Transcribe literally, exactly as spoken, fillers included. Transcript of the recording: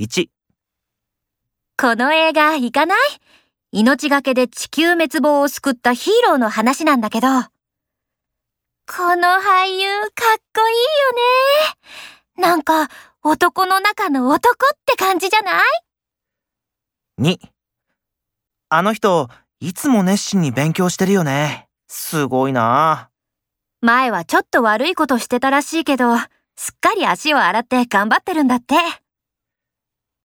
いち。 この映画行かない？命がけで地球滅亡を救ったヒーローの話なんだけど。この俳優かっこいいよね。なんか男の中の男って感じじゃない？ に。あの人、いつも熱心に勉強してるよね。すごいな。 前はちょっと悪いことしてたらしいけど、すっかり足を洗って頑張ってるんだって。